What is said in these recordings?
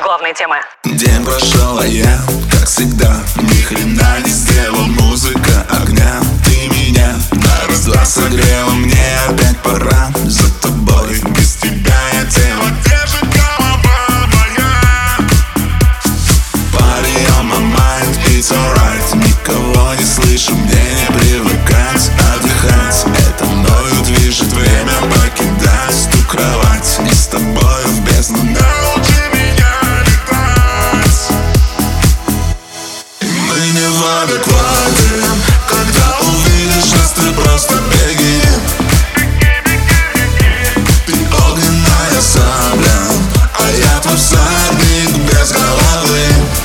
главные темы. День прошел, а я, как всегда, ни хрена не сделал. Музыка огня, ты меня на раз-два согрела. Мне опять пора за тобой, без тебя я тело держит голова моя. Party on my mind, it's alright. Никого не слышу, мне не привыкать, отдыхать. Это мною движет время покидать ту кровать. И с тобою в бездну научи меня летать. И мы не в адеквате, когда увидишь нас, ты просто беги. Ты огненная сабля, а я твой всадник без головы.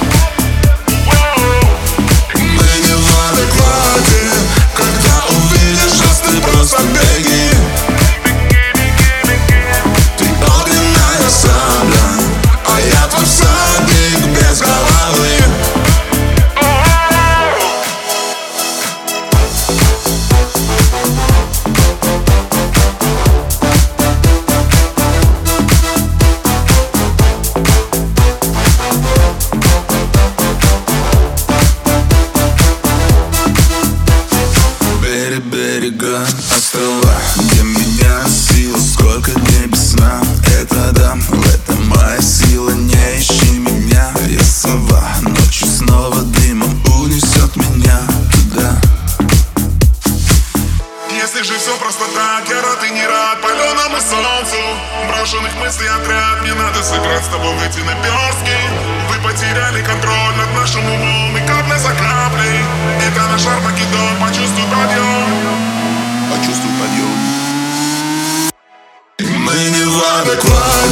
Мы не в адеквате, когда увидишь нас, ты просто беги. Ты огненная сабля, а я твой всадник без головы. Берега, острова, где меня сила, сколько дней без сна. Это да, в этом моя сила, не ищи меня. Я сова, ночью снова дымом унесет меня туда. Если же все просто так, я рад и не рад паленому солнцу, брошенных мыслей отряд. Мне надо сыграть с тобой в эти наперстки. Вы потеряли контроль над нашим умом, и капля за каплей это наш Армагеддон. Почувствуй подъем, Почувствуй подъем. И мы не в адеквате.